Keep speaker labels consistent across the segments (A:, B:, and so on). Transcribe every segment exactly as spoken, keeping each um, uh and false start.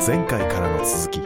A: 前回からの続き。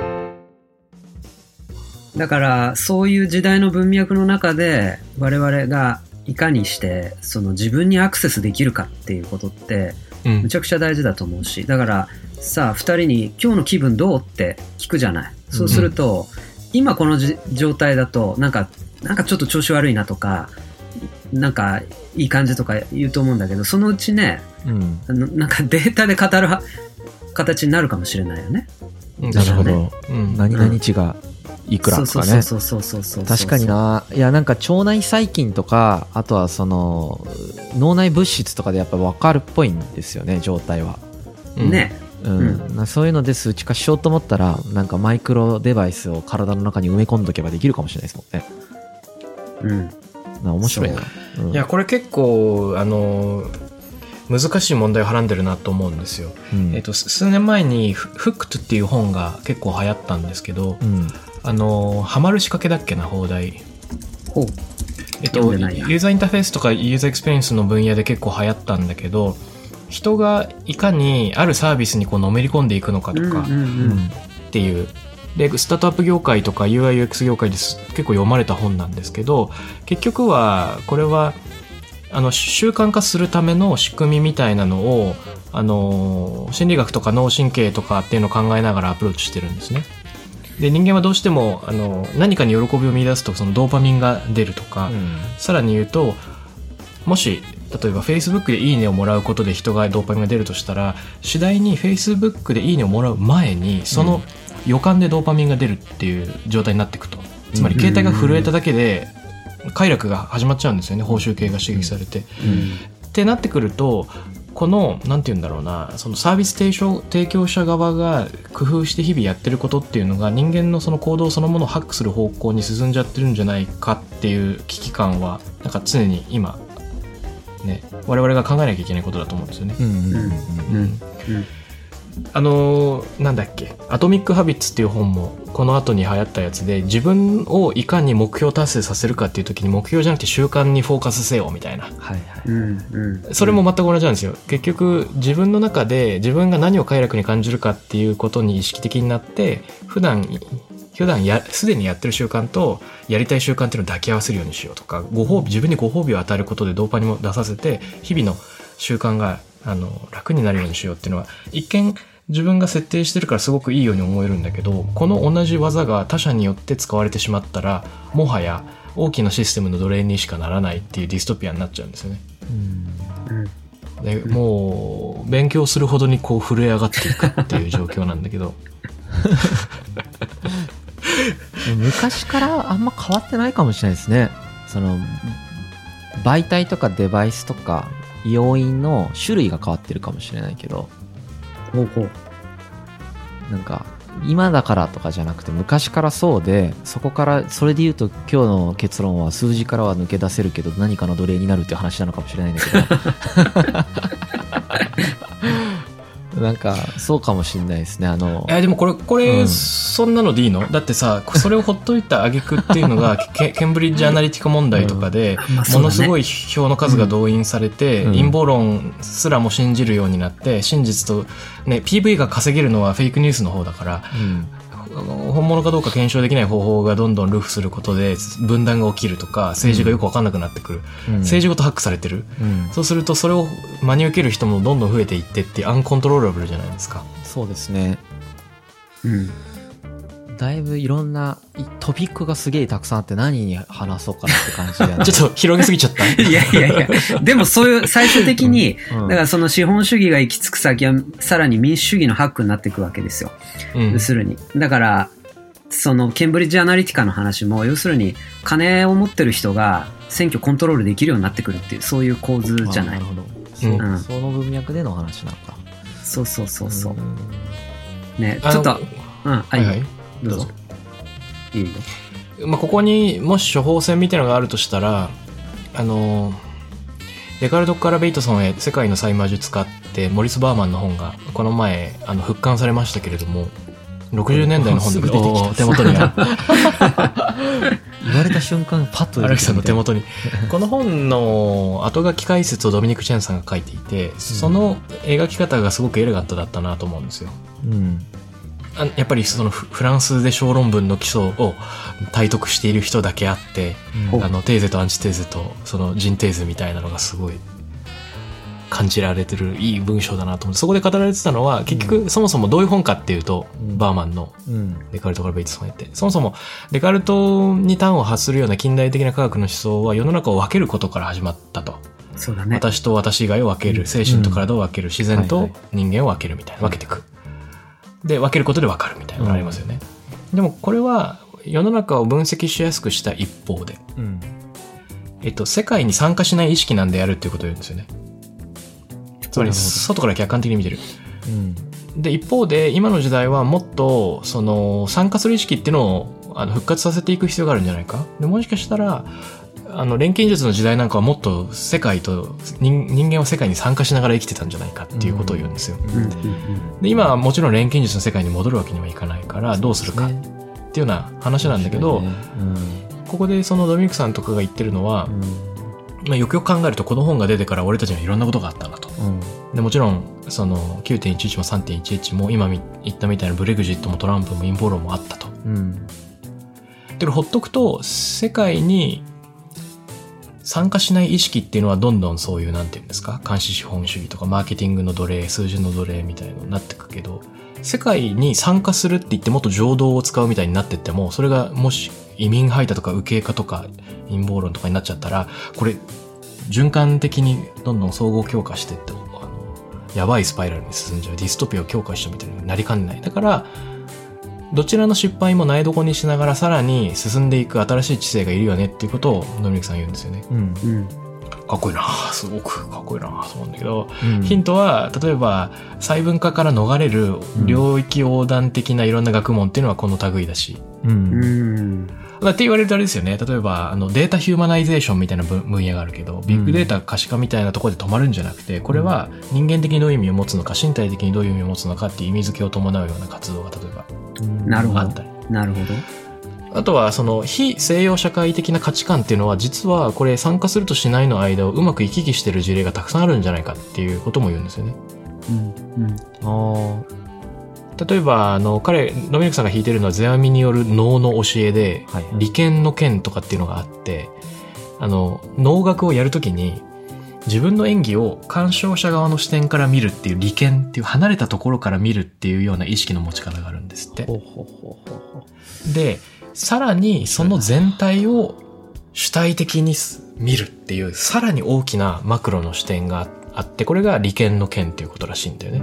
B: だからそういう時代の文脈の中で我々がいかにしてその自分にアクセスできるかっていうことってむちゃくちゃ大事だと思うし、だからさあふたりに今日の気分どうって聞くじゃない。そうすると、うん、今この状態だとなんかなんかちょっと調子悪いなとかなんかいい感じとか言うと思うんだけど、そのうちね、うん、あのなんかデータで語る形になるかもしれないよね。
C: なるほど、うん、何々値がいくらとかね。確かにな。いやなんか腸内細菌とかあとはその脳内物質とかでやっぱ分かるっぽいんですよね、状態は、
B: うん、ね、
C: うんうん、そういうので数値化しようと思ったらなんかマイクロデバイスを体の中に埋め込んどけばできるかもしれないですもんね。うん、な面白いな、
D: うん、いやこれ結構あの難しい問題をはらんでるなと思うんですよ、うんえー、と数年前にフックトっていう本が結構流行ったんですけど、うん、あのハマる仕掛けだっけな放題。
B: ほう、
D: えっと、ユーザーインターフェースとかユーザーエクスペリエンスの分野で結構流行ったんだけど、人がいかにあるサービスにこうのめり込んでいくのかとかっていう、でスタートアップ業界とか ユーアイユーエックス 業界です結構読まれた本なんですけど、結局はこれはあの習慣化するための仕組みみたいなのをあの心理学とか脳神経とかっていうのを考えながらアプローチしてるんですね。で人間はどうしてもあの何かに喜びを見出すとそのドーパミンが出るとか、うん、さらに言うともし例えば Facebook でいいねをもらうことで人がドーパミンが出るとしたら、次第に Facebook でいいねをもらう前にその予感でドーパミンが出るっていう状態になっていくと、つまり携帯が震えただけで快楽が始まっちゃうんですよね、報酬系が刺激されて、うん、ってなってくるとこのなんて言うんだろうな、そのサービス提供、提供者側が工夫して日々やってることっていうのが人間のその行動そのものをハックする方向に進んじゃってるんじゃないかっていう危機感はなんか常に今ね我々が考えなきゃいけないことだと思うんですよね。うんうんうんうんあのー、なんだっけアトミック・ハビッツっていう本もこの後に流行ったやつで、自分をいかに目標達成させるかっていう時に目標じゃなくて習慣にフォーカスせよみたいな、はいはい、それも全く同じなんですよ。結局自分の中で自分が何を快楽に感じるかっていうことに意識的になって、普段普段やすでにやってる習慣とやりたい習慣っていうのを抱き合わせるようにしようとか、ご褒美自分にご褒美を与えることでドーパミンも出させて日々の習慣があの楽になるようにしようっていうのは一見自分が設定してるからすごくいいように思えるんだけど、この同じ技が他者によって使われてしまったらもはや大きなシステムの奴隷にしかならないっていうディストピアになっちゃうんですよね。うんでもう勉強するほどにこう震え上がっていくっていう状況なんだけど
C: 昔からあんま変わってないかもしれないですね。その媒体とかデバイスとか要因の種類が変わってるかもしれないけど、ほうほうなんか今だからとかじゃなくて昔からそうで、そこからそれで言うと今日の結論は数字からは抜け出せるけど何かの奴隷になるっていう話なのかもしれないんだけどなんかそうかもしれないですね。あの
D: いやでもこれこれ、うん、そんなのでいいの？だってさそれをほっといた挙句っていうのがケ, ケンブリッジアナリティカ問題とかで、うんまあね、ものすごい票の数が動員されて、うん、陰謀論すらも信じるようになって、真実と、ね、ピーブイ が稼げるのはフェイクニュースの方だから、うん本物かどうか検証できない方法がどんどんルフすることで分断が起きるとか、政治がよく分かんなくなってくる、うん、政治ごとハックされてる、うん、そうするとそれを真に受ける人もどんどん増えていってっていうアンコントローラブルじゃないですか。
C: そうですね、うん、だいぶいろんなトピックがすげえたくさんあって何に話そうかなって感じで、ね、
D: ちょっと広げすぎちゃった
B: いやいやいやでもそういう最終的に、うんうん、だからその資本主義が行き着く先はさらに民主主義のハックになっていくわけですよ、うん、要するにだからそのケンブリッジアナリティカの話も要するに金を持ってる人が選挙コントロールできるようになってくるっていうそういう構図じゃない。
C: なるほど、そう、うん、その文脈での話なんだ。
B: そうそうそうそう、うん、ねちょっとうんあいい、はいはい、どうぞ。いいよ。
D: まあ、ここにもし処方箋みたいなのがあるとしたら、あのデカルト・カラベイトソンへ世界のサイマー術家ってモリス・バーマンの本がこの前あの復刊されましたけれども、ろくじゅうねんだいの本で出てきた手元にある
C: 言われた瞬間パッと出てきた。
D: 荒木さんの手元にこの本の後書き解説をドミニク・チェンさんが書いていて、その描き方がすごくエレガントだったなと思うんですよ、うん、 やっぱりそのフランスで小論文の基礎を体得している人だけあって、うん、あのテーゼとアンチテーゼとそのジンテーゼみたいなのがすごい感じられてるいい文章だなと思って、そこで語られてたのは結局そもそもどういう本かっていうと、うん、バーマンのデカルトからベイツまでって、そもそもデカルトに端を発するような近代的な科学の思想は世の中を分けることから始まったと。
B: そうだね、
D: 私と私以外を分ける、精神と体を分ける、自然と人間を分けるみたいな、分けていく。で、分けることで分かるみたいなのがありますよね。うん、でもこれは世の中を分析しやすくした一方で、うん、えっと、世界に参加しない意識なんであるっていうことを言うんですよね。つまり外から客観的に見てる。うん、で、一方で今の時代はもっとその参加する意識っていうのをあの復活させていく必要があるんじゃないか。で、もしかしたらあの錬金術の時代なんかはもっと世界と 人, 人間は世界に参加しながら生きてたんじゃないかっていうことを言うんですよ。うん、で、今はもちろん錬金術の世界に戻るわけにはいかないからどうするかっていうような話なんだけど、ね、うん、ここでそのドミニクさんとかが言ってるのは、うん、まあ、よくよく考えるとこの本が出てから俺たちにはいろんなことがあったなと。うん、でもちろんその きゅうてんいちいち も さんてんいちいち も今言ったみたいなブレグジットもトランプも陰謀論もあったと。うん、でほっとくと世界に参加しない意識っていうのはどんどんそういうなんていうんですか、監視資本主義とかマーケティングの奴隷、数字の奴隷みたいなのになってくけど、世界に参加するって言ってもっと情動を使うみたいになってっても、それがもし移民排他とか右傾化とか陰謀論とかになっちゃったら、これ循環的にどんどん総合強化してって、あのやばいスパイラルに進んじゃう、ディストピアを強化したみたいになりかねない。だからどちらの失敗も苗床にしながらさらに進んでいく新しい知性がいるよねっていうことをドミニクさん言うんですよね。うんうん、かっこいいな、すごくかっこいいなと思うんだけど、うん、ヒントは例えば細分化から逃れる領域横断的ないろんな学問っていうのはこの類だし、うんうんって言われるとあれですよね。例えばあのデータヒューマナイゼーションみたいな分野があるけど、ビッグデータ可視化みたいなところで止まるんじゃなくて、これは人間的にどういう意味を持つのか、身体的にどういう意味を持つのかっていう意味付けを伴うような活動が例えば
B: なるほど
D: あったり。
B: なるほ
D: ど。あとはその非西洋社会的な価値観っていうのは実はこれ参加するとしないの間をうまく行き来してる事例がたくさんあるんじゃないかっていうことも言うんですよね。うんうん、あ例えばあの彼ドミニクさんが弾いてるのは世阿弥による能の教えで、はい、利権の権とかっていうのがあって、あの能楽をやるときに自分の演技を鑑賞者側の視点から見るっていう利権っていう離れたところから見るっていうような意識の持ち方があるんですって。ほうほうほうほう。でさらにその全体を主体的に見るっていうさらに大きなマクロの視点があって、これが利権の権っていうことらしいんだよね。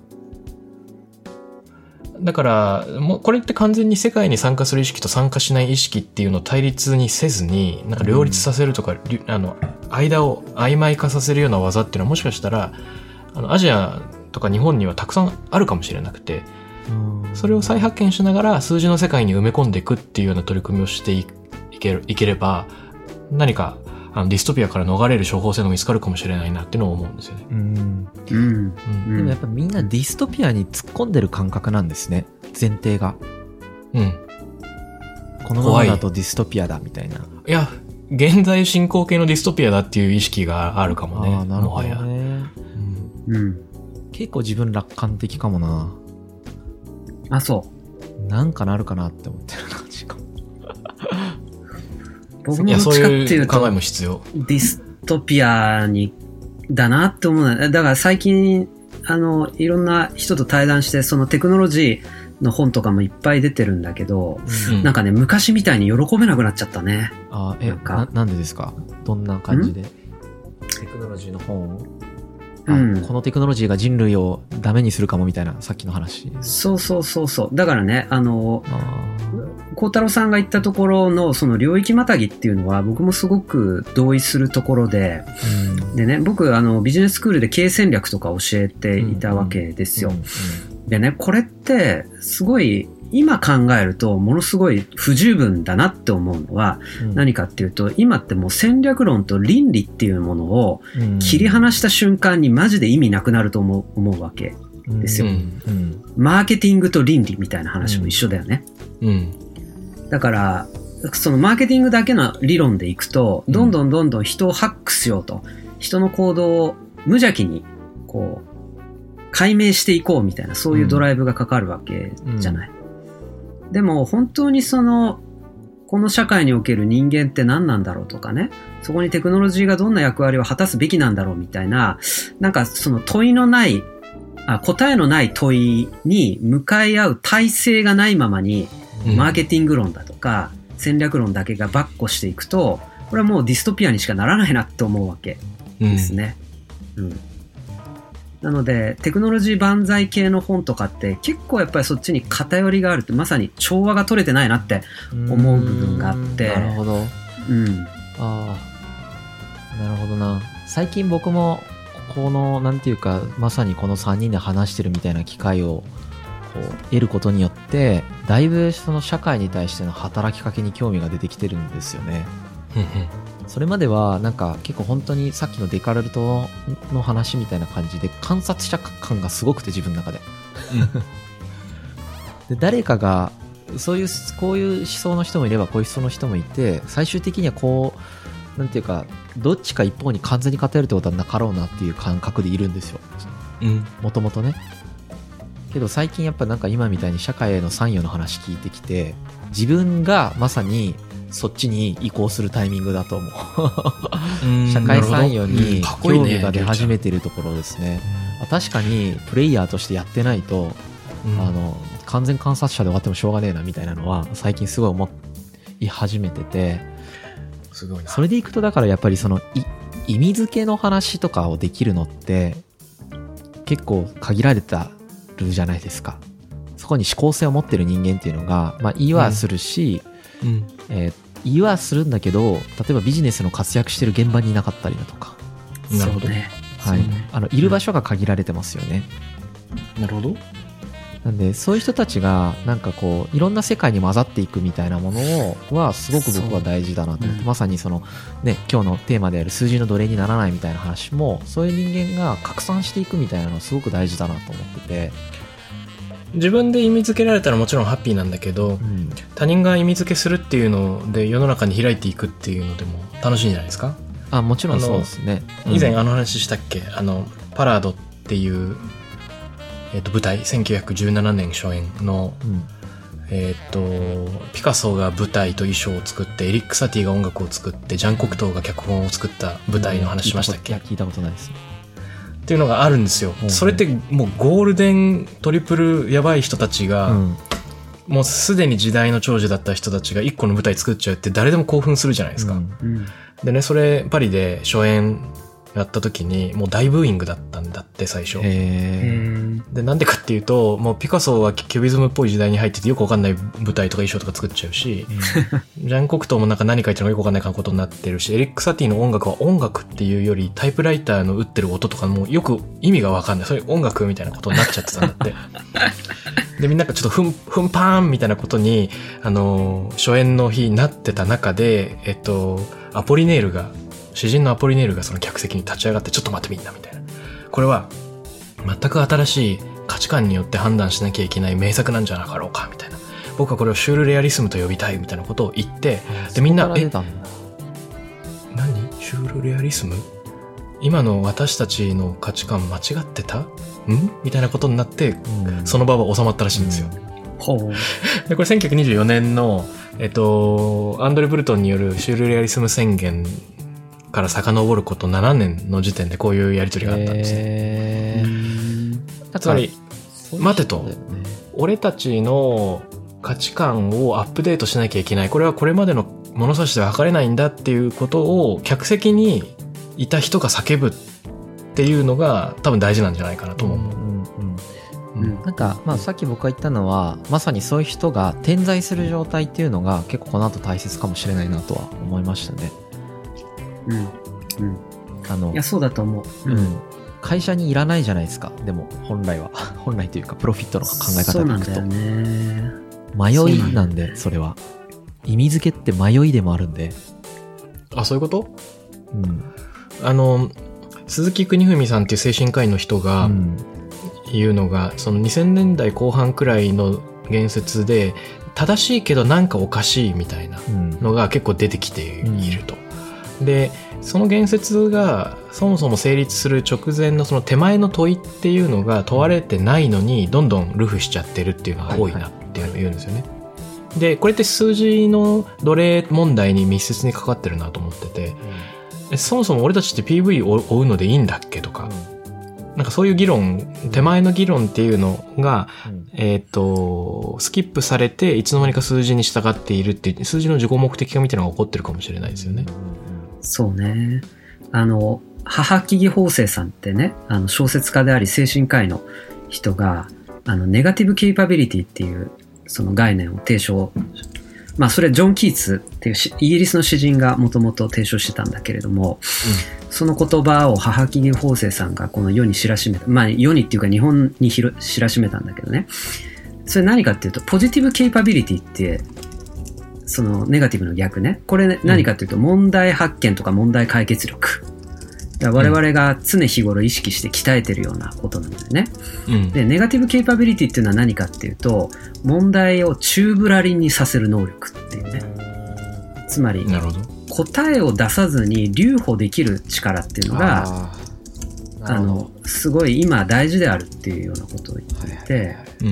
D: うん、だからもうこれって完全に世界に参加する意識と参加しない意識っていうのを対立にせずになんか両立させるとか、うん、あの間を曖昧化させるような技っていうのはもしかしたらあのアジアとか日本にはたくさんあるかもしれなくて、うん、それを再発見しながら数字の世界に埋め込んでいくっていうような取り組みをしていける、いければ何かあのディストピアから逃れる処方箋が見つかるかもしれないなっていうのを思うんですよね。うん
C: うんうん、でもやっぱみんなディストピアに突っ込んでる感覚なんですね、前提が。うん。このままだとディストピアだみたいな。い
D: や、現在進行形のディストピアだっていう意識があるかもね。ああ、なるほどね。
C: うん。うん。結構自分楽観的かもな。
B: あ、そう。
C: なんかなるかなって思ってる感じかも。
B: 僕もどっちかっていうと
D: 考えも必要。
B: ディストピアにだなって思う。だから最近あのいろんな人と対談してそのテクノロジーの本とかもいっぱい出てるんだけど、うん、なんかね昔みたいに喜べなくなっちゃったね。
C: あえなんか な, なんでですか？どんな感じで？テクノロジーの本を、うん、このテクノロジーが人類をダメにするかもみたいなさっきの話。
B: そうそうそうそう。だからねあの孝太郎さんが言ったところのその領域またぎっていうのは僕もすごく同意するところで、うん、でね僕あのビジネススクールで経営戦略とか教えていたわけですよ。うんうんうん、でねこれってすごい今考えるとものすごい不十分だなって思うのは何かっていうと、今ってもう戦略論と倫理っていうものを切り離した瞬間にマジで意味なくなると思う、思うわけですよ、うんうん、マーケティングと倫理みたいな話も一緒だよね、うんうん、だからそのマーケティングだけの理論でいくとどんどんどんどん人をハックしようと、人の行動を無邪気にこう解明していこうみたいな、そういうドライブがかかるわけじゃない。うんうん、でも本当にその、この社会における人間って何なんだろうとかね、そこにテクノロジーがどんな役割を果たすべきなんだろうみたいな、なんかその問いのない、あ、答えのない問いに向かい合う体制がないままに、マーケティング論だとか、戦略論だけが跋扈していくと、これはもうディストピアにしかならないなって思うわけですね。うん。うん、なので、テクノロジー万歳系の本とかって結構やっぱりそっちに偏りがあるって、まさに調和が取れてないなって思う部分があって。
C: なるほど。
B: うん。
C: ああ、なるほどな。最近僕も、この、なんていうか、まさにこのさんにんで話してるみたいな機会を、こう、得ることによって、だいぶその社会に対しての働きかけに興味が出てきてるんですよね。それまではなんか結構本当にさっきのデカルトの話みたいな感じで観察者感がすごくて自分の中で、で誰かがそういうこういう思想の人もいればこういう思想の人もいて、最終的にはこうなんていうかどっちか一方に完全に偏るってことはなかろうなっていう感覚でいるんですよ、もともとね。けど最近やっぱなんか今みたいに社会への参与の話聞いてきて、自分がまさにそっちに移行するタイミングだと思う社会参与に興味が出始めてるところですね。うん、確かにプレイヤーとしてやってないと、うん、あの完全観察者で終わってもしょうがねえなみたいなのは最近すごい思い始めてて、
D: すごいな。
C: それでいくとだからやっぱりその意味付けの話とかをできるのって結構限られたるじゃないですか。そこに思考性を持ってる人間っていうのが、まあ、言いはするし、うんうんえー、言いはするんだけど、例えばビジネスの活躍してる現場にいなかったりだとか。
B: なるほどね。
C: はい。あのいる場所が限られてますよね。
D: なるほど。
C: なんでそういう人たちがなんかこういろんな世界に混ざっていくみたいなものはすごく僕は大事だなと思って、うん、まさにそのね今日のテーマである数字の奴隷にならないみたいな話も、そういう人間が拡散していくみたいなのはすごく大事だなと思ってて。
D: 自分で意味付けられたらもちろんハッピーなんだけど、うん、他人が意味付けするっていうので世の中に開いていくっていうのでも楽しいんじゃないですか。
C: あ、もちろんそうですね。
D: 以前あの話したっけ、あのパラードっていう、えー、と舞台せんきゅうひゃくじゅうななねん初演の、うん、えっ、ー、とピカソが舞台と衣装を作ってエリック・サティが音楽を作ってジャン・コクトーが脚本を作った舞台の話しましたっけ。
C: いや聞いたことないですね。
D: っていうのがあるんですよ。うん、それってもうゴールデントリプルやばい人たちが、うん、もうすでに時代の長寿だった人たちが一個の舞台作っちゃうって誰でも興奮するじゃないですか。うん、でね、それパリで初演やった時にもう大ブーイングだったんだって最初。へでなんでかっていうと、もうピカソはキュビズムっぽい時代に入っててよくわかんない舞台とか衣装とか作っちゃうし、うん、ジャン・コクトーもなんか何書いてるのかよくわかんないことになってるし、エリック・サティの音楽は音楽っていうよりタイプライターの打ってる音とかもよく意味がわかんない、そういう音楽みたいなことになっちゃってたんだってでみんながちょっとふんふんパーンみたいなことにあの初演の日になってた中で、えっとアポリネールが詩人のアポリネールがその客席に立ち上がって、ちょっと待ってみんなみたいな、これは全く新しい価値観によって判断しなきゃいけない名作なんじゃなかろうかみたいな、僕はこれをシュールレアリスムと呼びたいみたいなことを言って、でみんなえ何シュールレアリスム、今の私たちの価値観間違ってたんみたいなことになって、うん、その場は収まったらしいんですよ。うん、でこれせんきゅうひゃくにじゅうよねんのえっとアンドレ・ブルトンによるシュールレアリスム宣言から遡ることななねんの時点でこういうやり取りがあったんですね。つまり待てと、俺たちの価値観をアップデートしなきゃいけない、これはこれまでの物差しでは測れないんだっていうことを客席にいた人が叫ぶっていうのが多分大事なんじゃないかなと思う。うん
C: うんうん、なんかまあさっき僕が言ったのはまさにそういう人が点在する状態っていうのが結構この後大切かもしれないなとは思いましたね。
B: うんうん、あのいやそうだと思う、うんうん、
C: 会社にいらないじゃないですか。でも本来は本来というかプロフィットの考え方でいくと、そうなんだよね、迷いなんで、それは意味付けって迷いでもあるんで。
D: あ、そういうこと？うん、あの鈴木邦文さんっていう精神科医の人が言うのが、うん、そのにせんねんだいこう半くらいの言説で正しいけどなんかおかしいみたいなのが結構出てきていると、うんでその言説がそもそも成立する直前のその手前の問いっていうのが問われてないのにどんどんルフしちゃってるっていうのが多いなっていうのを言うんですよね。でこれって数字の奴隷問題に密接にかかってるなと思ってて、うん、そもそも俺たちって ピーブイ を追うのでいいんだっけとか、うん、なんかそういう議論、手前の議論っていうのが、うん、えっとスキップされていつの間にか数字に従っているっていう数字の自己目的化みたいなのが起こってるかもしれないですよね。
B: そうね。あの母木義法生さんってね、あの小説家であり精神科医の人があのネガティブケイパビリティっていうその概念を提唱、まあそれジョン・キーツっていうイギリスの詩人がもともと提唱してたんだけれども、うん、その言葉を母木義法生さんがこの世に知らしめた、まあ世にっていうか日本に知らしめたんだけどね、それ何かっていうとポジティブケイパビリティってそのネガティブの逆ね、これ、ね、何かっていうと問題発見とか問題解決力、だから我々が常日頃意識して鍛えてるようなことなんだよね、うん、でネガティブケイパビリティっていうのは何かっていうと問題を宙ぶらりんにさせる能力っていうね、つまり
D: なるほど
B: 答えを出さずに留保できる力っていうのが あ, あのすごい今大事であるっていうようなことを言っていて、はいはいはい、うん、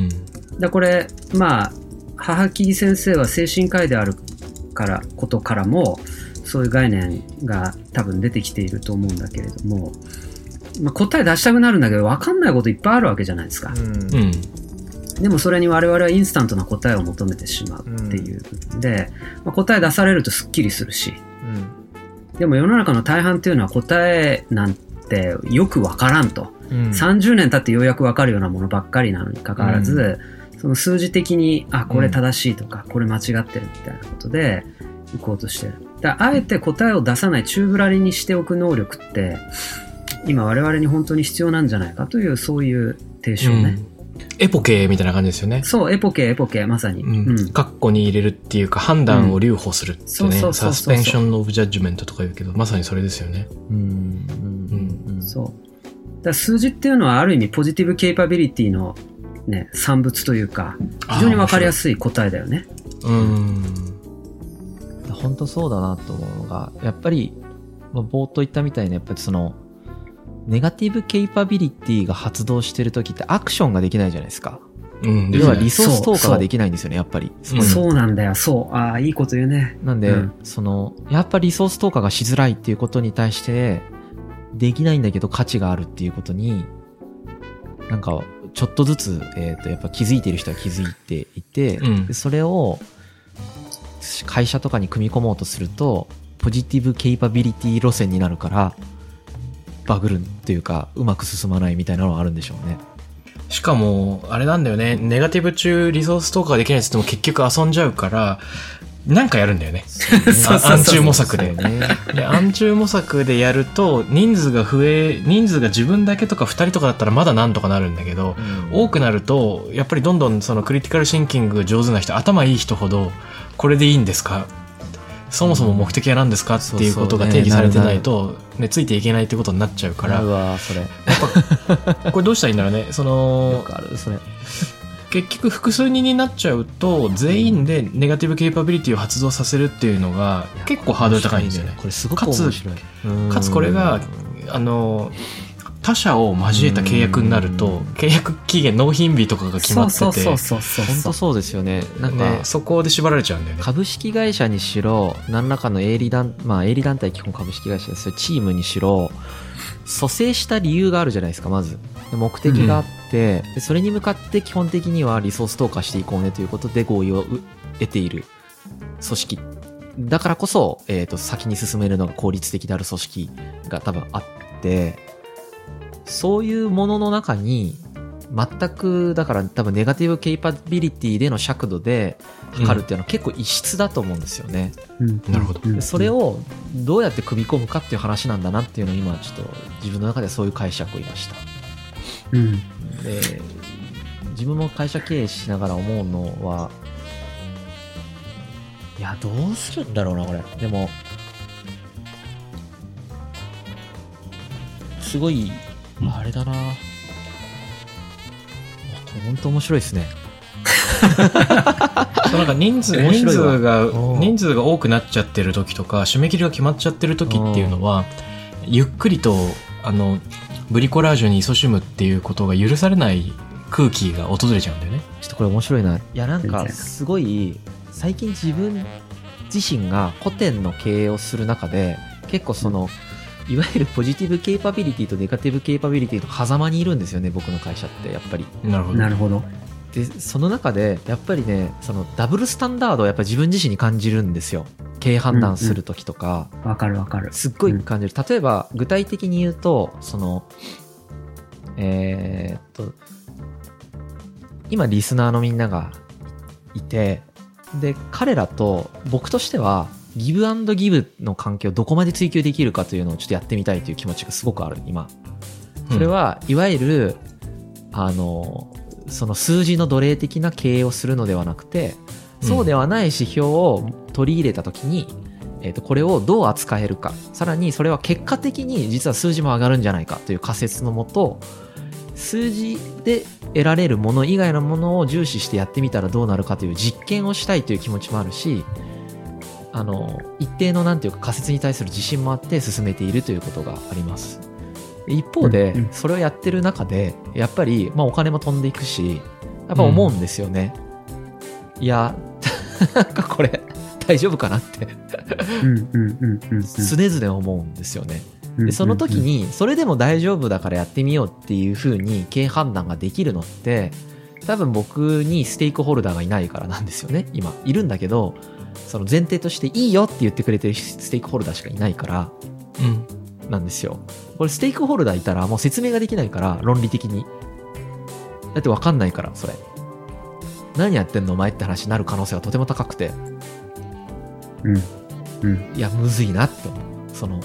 B: だこれまあ母木先生は精神科医であるからことからもそういう概念が多分出てきていると思うんだけれども、まあ、答え出したくなるんだけど分かんないこといっぱいあるわけじゃないですか、うん、でもそれに我々はインスタントな答えを求めてしまうっていう部分で、まあ、答え出されるとすっきりするし、うん、でも世の中の大半っていうのは答えなんてよく分からんと、うん、さんじゅうねん経ってようやく分かるようなものばっかりなのにかかわらず、うん、その数字的にあこれ正しいとか、うん、これ間違ってるみたいなことで行こうとしてる。だからあえて答えを出さない宙ぶらりんにしておく能力って今我々に本当に必要なんじゃないかというそういう提唱ね、
D: うん、エポケみたいな感じですよね。
B: そうエポケエポケまさに、
D: うんうん、カッコに入れるっていうか判断を留保するってね、サスペンションオブジャッジメントとか言うけどまさにそれですよね。うん
B: うんうん、そうだから数字っていうのはある意味ポジティブケイパビリティのね産物というか非常に分かりやすい答えだよね。うん
C: 本当そうだなと思うのがやっぱり、まあ、冒頭言ったみたいなやっぱりそのネガティブケイパビリティが発動してる時ってアクションができないじゃないですか、うん、要はリソース投下ができないんですよねやっぱり。
B: そう、そうなんだよ。そうああいいこと言うね。
C: なんで、うん、そのやっぱりリソース投下がしづらいっていうことに対してできないんだけど価値があるっていうことになんかちょっとずつ、えーと、やっぱ気づいている人は気づいていて、うん、でそれを会社とかに組み込もうとするとポジティブケイパビリティ路線になるからバグるというかうまく進まないみたいなのはあるんでしょうね。
D: しかもあれなんだよね、ネガティブ中リソース投下ができないって言っても結局遊んじゃうからなんかやるんだよね。暗中模索で。で暗中模索でやると人数が増え人数が自分だけとかふたりとかだったらまだなんとかなるんだけど、うん、多くなるとやっぱりどんどんそのクリティカルシンキング上手な人頭いい人ほどこれでいいんですか、そもそも目的は何ですかっていうことが定義されてないと、ね、ついていけないってことになっちゃうから、
C: うわそれや
D: っぱこれどうしたらいいんだろうね。その
C: よくあるそれ
D: 結局複数人になっちゃうと全員でネガティブケイパビリティを発動させるっていうのが結構ハードル高いんですよね。
C: これすごく面白い。か
D: つ、かつこれがあの他社を交えた契約になると契約期限納品日とかが決まってて、そう
C: そうそうそう本当そうですよね。なんか、
D: ね、そこで縛られちゃうんだよね。
C: 株式会社にしろ何らかの営利団まあ営利団体基本株式会社ですよ。チームにしろ蘇生した理由があるじゃないですか。まず目的があって、うん、でそれに向かって基本的にはリソース投下していこうねということで合意を得ている組織だからこそ、えーと、先に進めるのが効率的である組織が多分あって、そういうものの中に全くだから多分ネガティブケイパビリティでの尺度で測るっていうのは結構異質だと思うんですよね、
D: うん、なるほど。
C: それをどうやって組み込むかっていう話なんだなっていうのを今ちょっと自分の中でそういう解釈を言いました、うん、で自分も会社経営しながら思うのはいやどうするんだろうなこれ。でもすごいあれだな、これ本当面白いですね
D: そうなんか人数人数が人数が多くなっちゃってる時とか締め切りが決まっちゃってる時っていうのはゆっくりとあのブリコラージュに勤しむっていうことが許されない空気が訪れちゃうんだよね。
C: ちょっとこれ面白いな。いやなんかすごい最近自分自身が個展の経営をする中で結構そのいわゆるポジティブケイパビリティとネガティブケイパビリティの狭間にいるんですよね、僕の会社ってやっぱり。
B: なるほどなるほど。
C: でその中でやっぱりねそのダブルスタンダードをやっぱり自分自身に感じるんですよ、経営判断する時とか。わ、
B: うんうん、かるわかる。
C: すっごい感じる、うん、例えば具体的に言うとそのえー、っと今リスナーのみんながいて、で彼らと僕としてはギブアンドギブの関係をどこまで追求できるかというのをちょっとやってみたいという気持ちがすごくある今。それはいわゆるあのその数字の奴隷的な経営をするのではなくて、そうではない指標を取り入れた時に、えーとこれをどう扱えるか、さらにそれは結果的に実は数字も上がるんじゃないかという仮説のもと、数字で得られるもの以外のものを重視してやってみたらどうなるかという実験をしたいという気持ちもあるし、あの一定のなんていうか仮説に対する自信もあって進めているということがあります。一方でそれをやってる中でやっぱりまあお金も飛んでいくし、やっぱ思うんですよね、うん、いやなんかこれ大丈夫かなって常々思うんですよね。でその時にそれでも大丈夫だからやってみようっていう風に経営判断ができるのって多分僕にステークホルダーがいないからなんですよね。今いるんだけどその前提としていいよって言ってくれてるステークホルダーしかいないからなんですよ。これステークホルダーいたらもう説明ができないから、論理的にだって分かんないから、それ何やってんのお前って話になる可能性がとても高くて、
B: うんうん、
C: いやむずいなって思う。その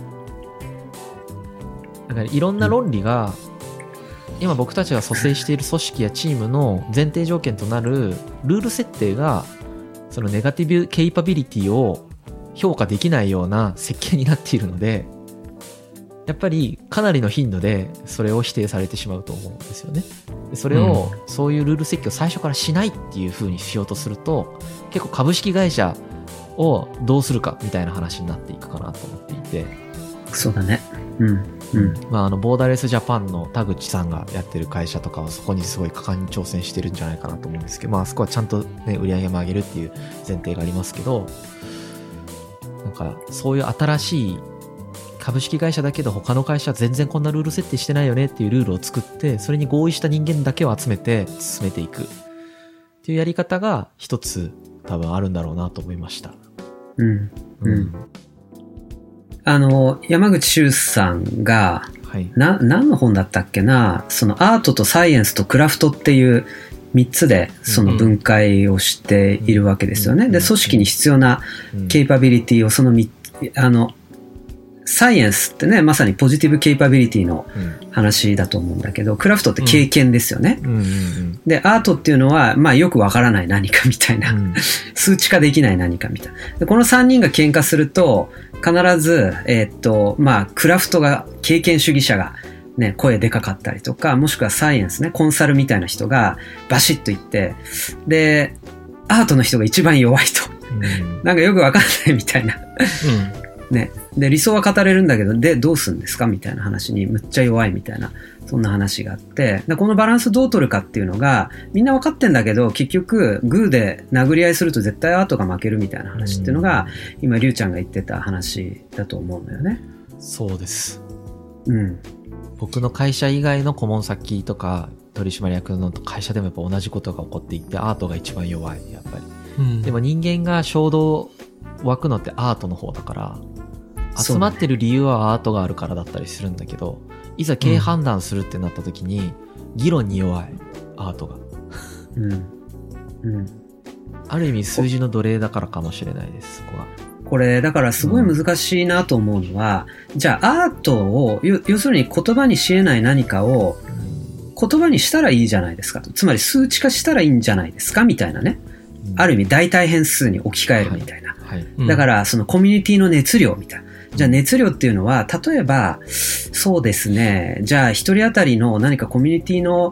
C: だからいろんな論理が、うん、今僕たちが蘇生している組織やチームの前提条件となるルール設定がそのネガティブケイパビリティを評価できないような設計になっているので、やっぱりかなりの頻度でそれを否定されてしまうと思うんですよね。でそれを、うん、そういうルール設計を最初からしないっていう風にしようとすると結構株式会社をどうするかみたいな話になっていくかなと思っていて。
B: そうだね。うんうん。
C: まああのボーダーレスジャパンの田口さんがやってる会社とかはそこにすごい果敢に挑戦してるんじゃないかなと思うんですけど、まああそこはちゃんとね売り上げも上げるっていう前提がありますけど、なんかそういう新しい株式会社だけど他の会社は全然こんなルール設定してないよねっていうルールを作って、それに合意した人間だけを集めて進めていくっていうやり方が一つ多分あるんだろうなと思いました。
B: うん、うん、うん。あの山口周さんが、はい、な何の本だったっけな、そのアートとサイエンスとクラフトっていうみっつでその分解をしているわけですよね。で組織に必要なケイパビリティをそのみあのサイエンスってねまさにポジティブケイパビリティの話だと思うんだけど、クラフトって経験ですよね、うんうんうんうん、でアートっていうのはまあよくわからない何かみたいな、うん、数値化できない何かみたいな。でこのさんにんが喧嘩すると必ずえー、っとまあクラフトが経験主義者がね声でかかったりとか、もしくはサイエンスねコンサルみたいな人がバシッと言って、でアートの人が一番弱いと、うん、なんかよくわかんないみたいな、うんね、で理想は語れるんだけどでどうするんですかみたいな話にむっちゃ弱いみたいな、そんな話があって、でこのバランスどう取るかっていうのがみんな分かってんだけど、結局グーで殴り合いすると絶対アートが負けるみたいな話っていうのが、うん、今リュウちゃんが言ってた話だと思うんだよね。
C: そうです、
B: うん、
C: 僕の会社以外の顧問先とか取締役の会社でもやっぱ同じことが起こっていて、アートが一番弱いやっぱり、うん、でも人間が衝動湧くのってアートの方だから、集まってる理由はアートがあるからだったりするんだけど、いざ経営判断するってなった時に議論に弱いアートが、うんうん、ある意味数字の奴隷だからかもしれないです。そこは
B: これだからすごい難しいなと思うのは、うん、じゃあアートを要するに言葉にし得ない何かを言葉にしたらいいじゃないですかと、つまり数値化したらいいんじゃないですかみたいなね、うん、ある意味代替変数に置き換えるみたいな、はいはいうん、だからそのコミュニティの熱量みたいな、じゃあ熱量っていうのは例えばそうですね、じゃあ一人当たりの何かコミュニティの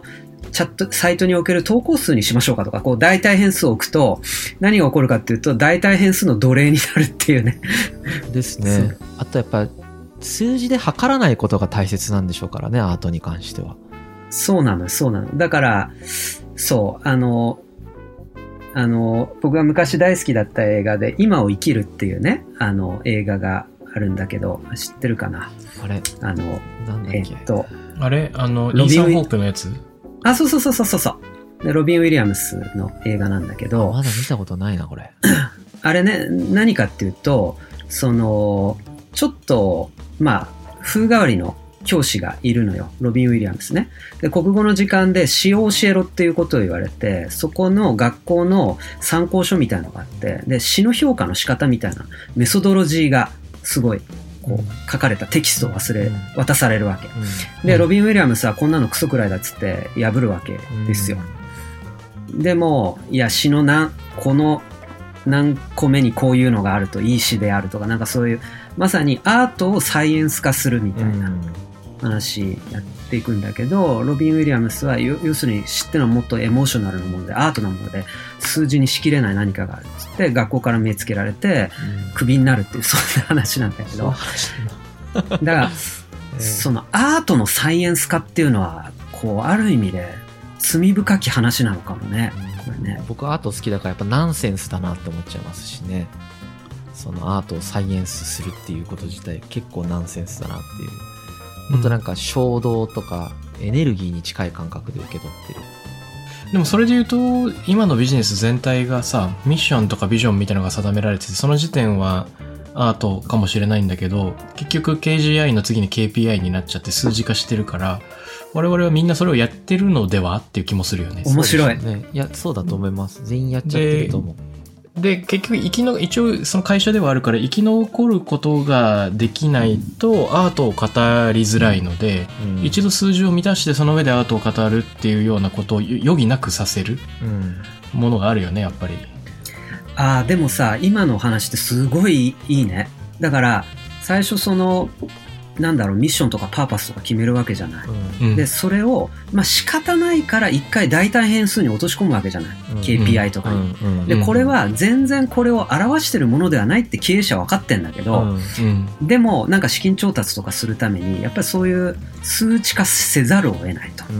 B: チャット、サイトにおける投稿数にしましょうかとか、こう代替変数を置くと、何が起こるかっていうと、代替変数の奴隷になるっていうね。
C: ですね。あとやっぱ、数字で測らないことが大切なんでしょうからね、アートに関しては。
B: そうなの、そうなの。だから、そう、あの、あの、僕が昔大好きだった映画で、今を生きるっていうね、あの、映画があるんだけど、知ってるかな？
C: あれ
B: あの、
C: なんだっけ？
B: えっと、
D: あれあの、イーサン・ホークのやつ？
B: あ、そうそうそうそうそう。で、ロビン・ウィリアムスの映画なんだけど。
C: まだ見たことないな、これ。
B: あれね、何かっていうと、その、ちょっと、まあ、風変わりの教師がいるのよ。ロビン・ウィリアムスね。で、国語の時間で詩を教えろっていうことを言われて、そこの学校の参考書みたいなのがあって、で、詩の評価の仕方みたいなメソドロジーがすごい、こう、書かれたテキストを忘れ、渡されるわけ。で、ロビン・ウィリアムスはこんなのクソくらいだっつって破るわけですよ。でも、いや、詩の何、この何個目にこういうのがあるといい詩であるとか、なんかそういう、まさにアートをサイエンス化するみたいな話やっていくんだけど、ロビン・ウィリアムスは要するに詩ってのはもっとエモーショナルなもので、アートなもので、数字にしきれない何かがあるっつって、学校から目つけられて、クビになるっていう、そんな話なんだけど。だから、そのアートのサイエンス化っていうのは、こう、ある意味で罪深き話なのかもね。これね。
C: 僕アート好きだからやっぱナンセンスだなって思っちゃいますしね。そのアートをサイエンスするっていうこと自体結構ナンセンスだなっていう。もっとなんか衝動とかエネルギーに近い感覚で受け取ってる。
D: でもそれで言うと、今のビジネス全体がさ、ミッションとかビジョンみたいなのが定められてて、その時点はアートかもしれないんだけど、結局 ケージーアイ の次に ケーピーアイ になっちゃって数字化してるから、我々はみんなそれをやってるのではっていう気もするよね。
B: 面白い。
C: ね、いや、そうだと思います。全員やっちゃってると思う。
D: で、結局生きの、一応その会社ではあるから生き残ることができないとアートを語りづらいので、うん、一度数字を満たしてその上でアートを語るっていうようなことを余儀なくさせるものがあるよね、やっぱり。
B: ああ、でもさ、今の話ってすごいいいね。だから、最初その、なんだろう、ミッションとかパーパスとか決めるわけじゃない。うん、で、それを、まあ仕方ないから一回代替変数に落とし込むわけじゃない。うん、ケーピーアイ とかに、うん。で、これは全然これを表してるものではないって経営者は分かってんだけど、うん、でもなんか資金調達とかするために、やっぱりそういう数値化せざるを得ないと。うん、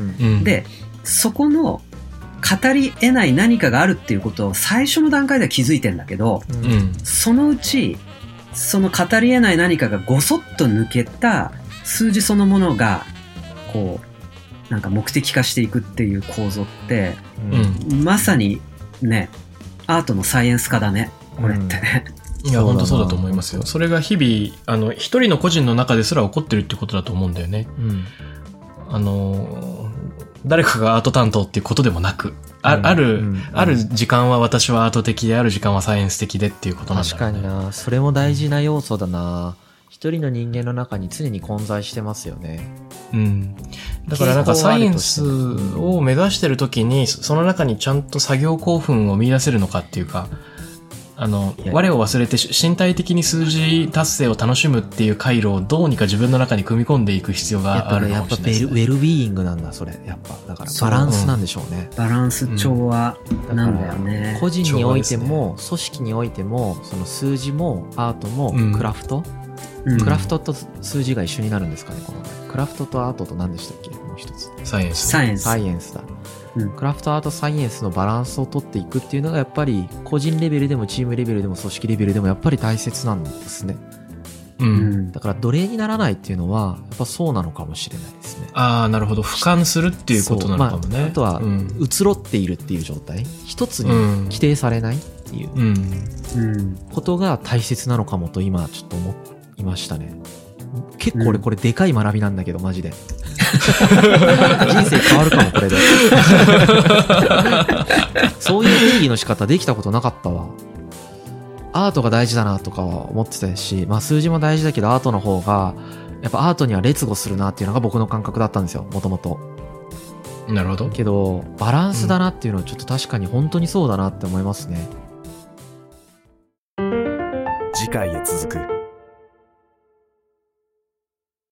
B: で、そこの語り得ない何かがあるっていうことを最初の段階では気づいてんだけど、うん、そのうち、その語り得ない何かがごそっと抜けた数字そのものがこうなんか目的化していくっていう構造って、うん、まさにねアートのサイエンス化だねこれってね、
D: うん、いや本当そうだと思いますよ。それが日々あの一人の個人の中ですら起こってるってことだと思うんだよね、うん、あの誰かがアート担当っていうことでもなくあ, ある、うんうん、ある時間は私はアート的である時間はサイエンス的でっていうことなんだろうね。
C: 確かにな、それも大事な要素だな。一人の人間の中に常に混在してますよね。
D: うん。だからなんかサイエンスを目指してるときにその中にちゃんと作業興奮を見出せるのかっていうか、あの我を忘れて身体的に数字達成を楽しむっていう回路をどうにか自分の中に組み込んでいく必要があるかもしれないですね。
C: やっぱウェルビーイングなんだそれ。やっぱだからバランスなんでしょうね。
B: うん、バランス調和なんだよね。
C: 個人においても、ね、組織においてもその数字もアートもクラフト、うん、クラフトと数字が一緒になるんですかね。このクラフトとアートと何でしたっけもう一つ。
D: サイエンス。
B: サイエンス。
C: サイエンスだ。うん、クラフトアートサイエンスのバランスを取っていくっていうのがやっぱり個人レベルでもチームレベルでも組織レベルでもやっぱり大切なんですね。うん、だから奴隷にならないっていうのはやっぱそうなのかもしれないですね。
D: ああ、なるほど。俯瞰するっていうことなのかもね。
C: まあ、あとは、うん、移ろっているっていう状態、一つに規定されないっていう、うん、ことが大切なのかもと今ちょっと思いましたね。結構俺これでかい学びなんだけどマジで人生変わるかもこれでそういう定義の仕方できたことなかったわ。アートが大事だなとかは思ってたし、まあ数字も大事だけどアートの方がやっぱアートには劣後するなっていうのが僕の感覚だったんですよ、もともと。
D: なるほど。
C: けどバランスだなっていうのはちょっと確かに本当にそうだなって思いますね。
A: 次回へ続く。